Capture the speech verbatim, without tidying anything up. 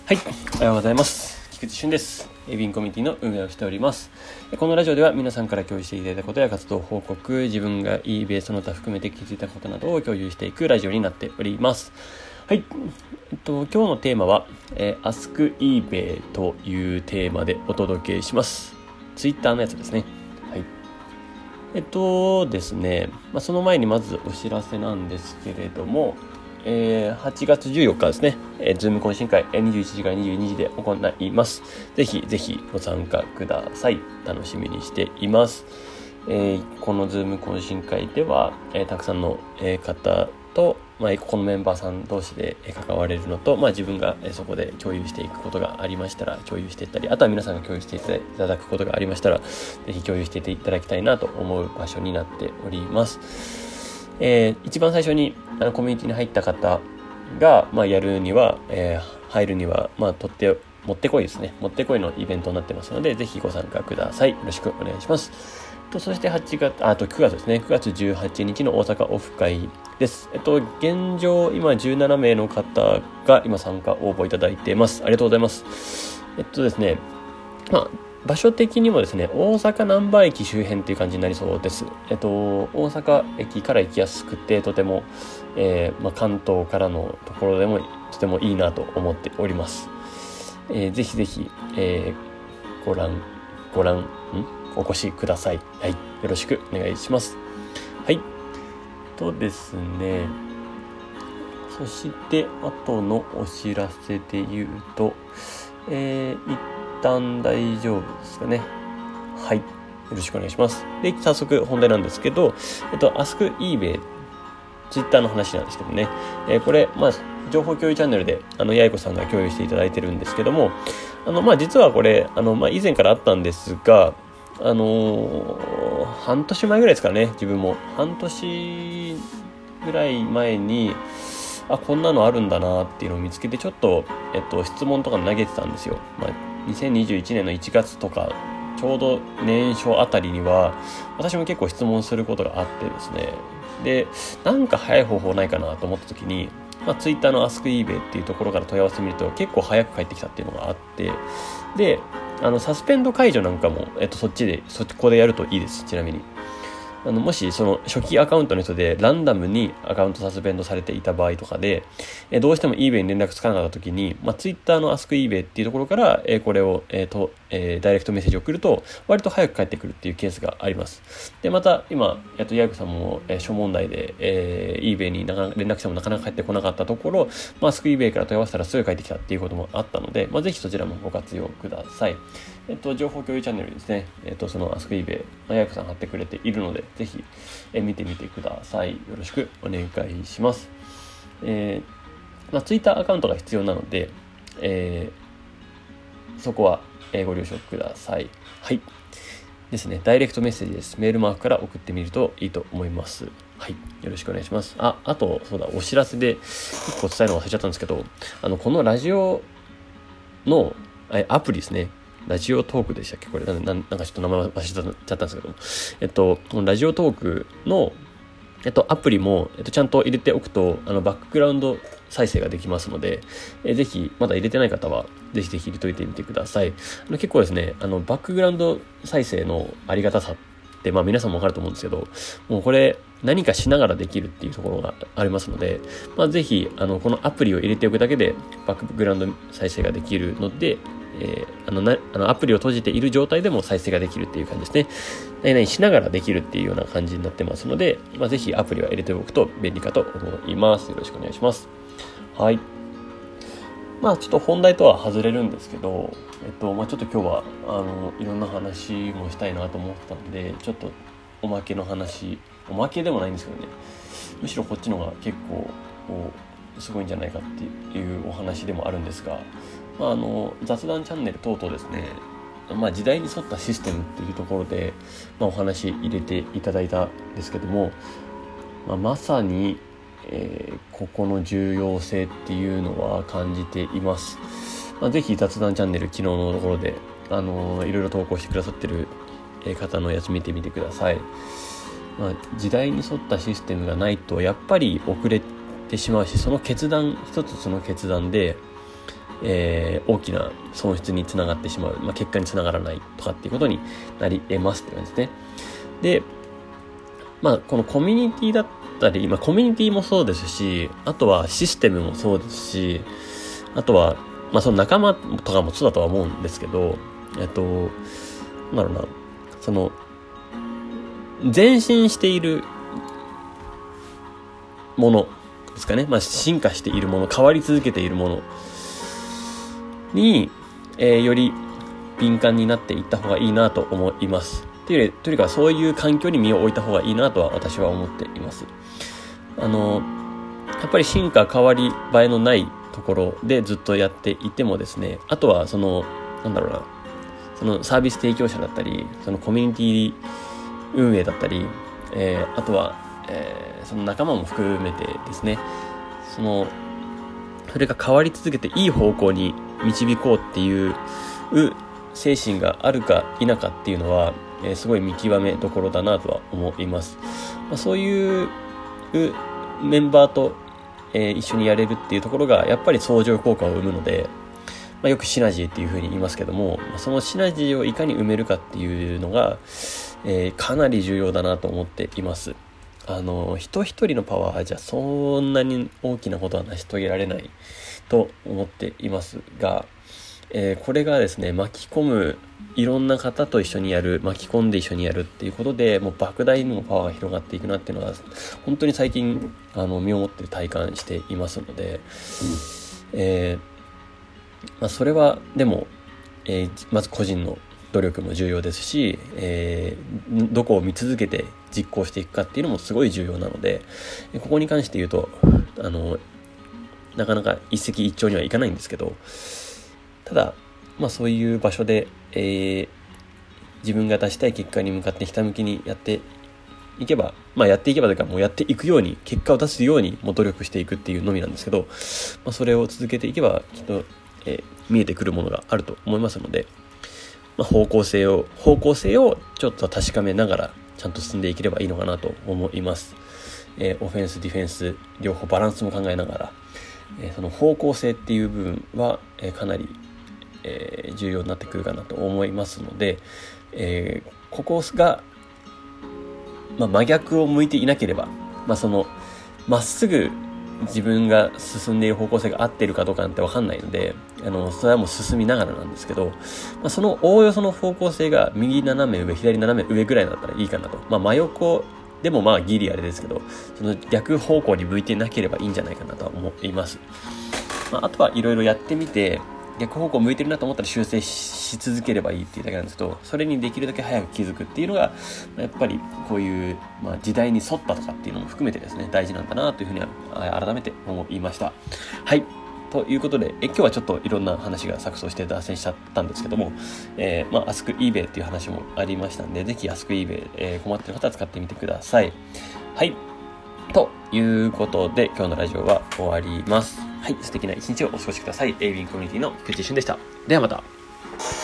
はい、おはようございます。菊池俊です。エビンコミュニティの運営をしております。このラジオでは皆さんから共有していただいたことや活動報告、自分が eBay その他含めて気づいたことなどを共有していくラジオになっております。はい、えっと、今日のテーマは、えー、Ask eBay というテーマでお届けします。Twitter のやつですね。はい。えっとですね、まあ、その前にまずお知らせなんですけれども、えー、はちがつじゅうよっかですね、えー、ズーム懇親会にじゅういちじからにじゅうにじで行います。ぜひぜひご参加ください。楽しみにしています。えー、このズーム懇親会では、えー、たくさんの、えー、方と、まあ、このメンバーさん同士で関われるのと、まあ、自分がそこで共有していくことがありましたら共有していったり、あとは皆さんが共有していただくことがありましたらぜひ共有していただきたいなと思う場所になっております。えー、一番最初にあのコミュニティに入った方が、まあ、やるには、えー、入るには、まあ、とってもってこいですね。もってこいのイベントになってますので、ぜひご参加ください。よろしくお願いします。とそしてはちがつ、あとくがつですね。くがつじゅうはちにちの大阪オフ会です。えっと、現状、今じゅうななめいの方が今参加応募いただいています。ありがとうございます。えっとですね、まあ、場所的にもですね、大阪難波駅周辺っていう感じになりそうです。えっと、大阪駅から行きやすくて、とても、えーまあ、関東からのところでもとてもいいなと思っております。えー、ぜひぜひ、えー、ご覧、ご覧、んお越しください。はい。よろしくお願いします。はい。とですね、そして、後のお知らせで言うと、えー、一旦大丈夫ですかね。はい。よろしくお願いします。で、早速本題なんですけど、えっと、Ask eBay、Twitter の話なんですけどね。えー、これ、まあ、情報共有チャンネルで、あの、やいこさんが共有していただいてるんですけども、あの、まあ、実はこれ、あの、まあ、以前からあったんですが、あのー、半年前ぐらいですかね、自分も。半年ぐらい前に、あ、こんなのあるんだなっていうのを見つけて、ちょっと、えっと、質問とか投げてたんですよ。まあ、にせんにじゅういちねんのいちがつとか、ちょうど年初あたりには、私も結構質問することがあってですね。で、なんか早い方法ないかなと思った時に、まあ、Twitter の Ask eBay っていうところから問い合わせてみると、結構早く返ってきたっていうのがあって、で、あの、サスペンド解除なんかも、えっと、そっちで、そこでやるといいです、ちなみに。あのもしその初期アカウントの人でランダムにアカウントサスペンドされていた場合とかで、えどうしても eBay に連絡つかなかった時に、まあ、Twitter の Ask eBay っていうところから、えこれを、えーとえー、ダイレクトメッセージを送ると割と早く返ってくるっていうケースがあります。でまた今、えー、とヤイコさんも、えー、諸問題で、えー、eBay になかなか連絡してもなかなか返ってこなかったところ、まあ、Ask eBay から問い合わせたらすぐ返ってきたっていうこともあったので、まあ、ぜひそちらもご活用ください。えっと、情報共有チャンネルですね。えっと、その Ask eBay、ヤイコさん貼ってくれているので、ぜひ、えー、見てみてください。よろしくお願いします。えー、まあ、Twitter アカウントが必要なので、えー、そこは、えー、ご了承ください。はい。ですね。ダイレクトメッセージです。メールマークから送ってみるといいと思います。はい。よろしくお願いします。あ、あと、そうだ、お知らせで一個伝えるの忘れちゃったんですけど、あの、このラジオのアプリですね。ラジオトークでしたっけこれな、な、なんかちょっと名前忘れちゃったんですけども。えっと、このラジオトークの、えっと、アプリも、えっと、ちゃんと入れておくと、あの、バックグラウンド再生ができますので、えぜひ、まだ入れてない方は、ぜひぜひ入れといてみてください。あの結構ですね、あの、バックグラウンド再生のありがたさって、まあ皆さんもわかると思うんですけど、もうこれ、何かしながらできるっていうところがありますので、まあぜひ、あの、このアプリを入れておくだけで、バックグラウンド再生ができるので、えー、あのなあのアプリを閉じている状態でも再生ができるっていう感じですね。何々しながらできるっていうような感じになってますので、まあ、ぜひアプリは入れておくと便利かと思います。よろしくお願いします。はい。まあちょっと本題とは外れるんですけど、えっとまあちょっと今日はあのいろんな話もしたいなと思ってたので、ちょっとおまけの話、おまけでもないんですけどね。むしろこっちの方が結構すごいんじゃないかっていうお話でもあるんですが。まあ、あの雑談チャンネル等々ですね、まあ、時代に沿ったシステムっていうところで、まあ、お話入れていただいたんですけども、まあ、まさに、えー、ここの重要性っていうのは感じています。まあ、ぜひ雑談チャンネル昨日のところであのいろいろ投稿してくださってる方のやつ見てみてください。まあ、時代に沿ったシステムがないとやっぱり遅れてしまうし、その決断一つその決断でえー、大きな損失につながってしまう、まあ、結果につながらないとかっていうことになり得ますって感じですね。で、まあ、このコミュニティだったり、まあ、コミュニティもそうですし、あとはシステムもそうですし、あとは、まあ、その仲間とかもそうだとは思うんですけど、えっと、なんだろうな、その、前進しているものですかね。まあ、進化しているもの、変わり続けているものに、えー、より敏感になっていった方がいいなと思います。というより、というかそういう環境に身を置いた方がいいなとは私は思っています。あの、やっぱり進化変わり映えのないところでずっとやっていてもですね、あとはその、なんだろうな、そのサービス提供者だったり、そのコミュニティ運営だったり、えー、あとは、えー、その仲間も含めてですね、その、それが変わり続けていい方向に導こうっていう精神があるか否かっていうのは、えー、すごい見極めどころだなとは思います。まあ、そういうメンバーと、えー、一緒にやれるっていうところがやっぱり相乗効果を生むので、まあ、よくシナジーっていうふうに言いますけども、そのシナジーをいかに埋めるかっていうのが、えー、かなり重要だなと思っています。あの人一人のパワーじゃそんなに大きなことは成し遂げられないと思っていますが、えー、これがですね、巻き込む、いろんな方と一緒にやる、巻き込んで一緒にやるっていうことで、もう莫大にもパワーが広がっていくなっていうのは本当に最近あの身をもって体感していますので、えーまあ、それはでも、えー、まず個人の努力も重要ですし、えー、どこを見続けて実行していくかっていうのもすごい重要なので、ここに関して言うとあのなかなか一石一鳥にはいかないんですけど、ただ、まあ、そういう場所で、えー、自分が出したい結果に向かってひたむきにやっていけば、まあ、やっていけばというかもうやっていくように、結果を出すようにもう努力していくっていうのみなんですけど、まあ、それを続けていけばきっと、えー、見えてくるものがあると思いますので、まあ、方向性を方向性をちょっと確かめながらちゃんと進んでいければいいのかなと思います。えー、オフェンスディフェンス両方バランスも考えながら、えー、その方向性っていう部分は、えー、かなり、えー、重要になってくるかなと思いますので、えー、ここが、まあ、真逆を向いていなければ、まあ、そのまっすぐ自分が進んでいる方向性が合っているかどうかなんて分かんないので、あのそれはもう進みながらなんですけど、まあ、そのおおよその方向性が右斜め上左斜め上ぐらいだったらいいかなと、まあ、真横でもまあギリあれですけど、その逆方向に向いてなければいいんじゃないかなとは思います。まあ、あとはいろいろやってみて逆方向向いてるなと思ったら修正し続ければいいっていうだけなんですけど、それにできるだけ早く気づくっていうのがやっぱりこういう、まあ、時代に沿ったとかっていうのも含めてですね、大事なんだなというふうには改めて思いました。はい、ということで、え今日はちょっといろんな話が錯綜して脱線しちゃったんですけども、えー、まあ Ask eBay っていう話もありましたんで、ぜひ Ask eBay、えー、困っている方は使ってみてください。はい、ということで今日のラジオは終わります。はい、素敵な一日をお過ごしください。エイビンコミュニティの菊池俊でした。ではまた。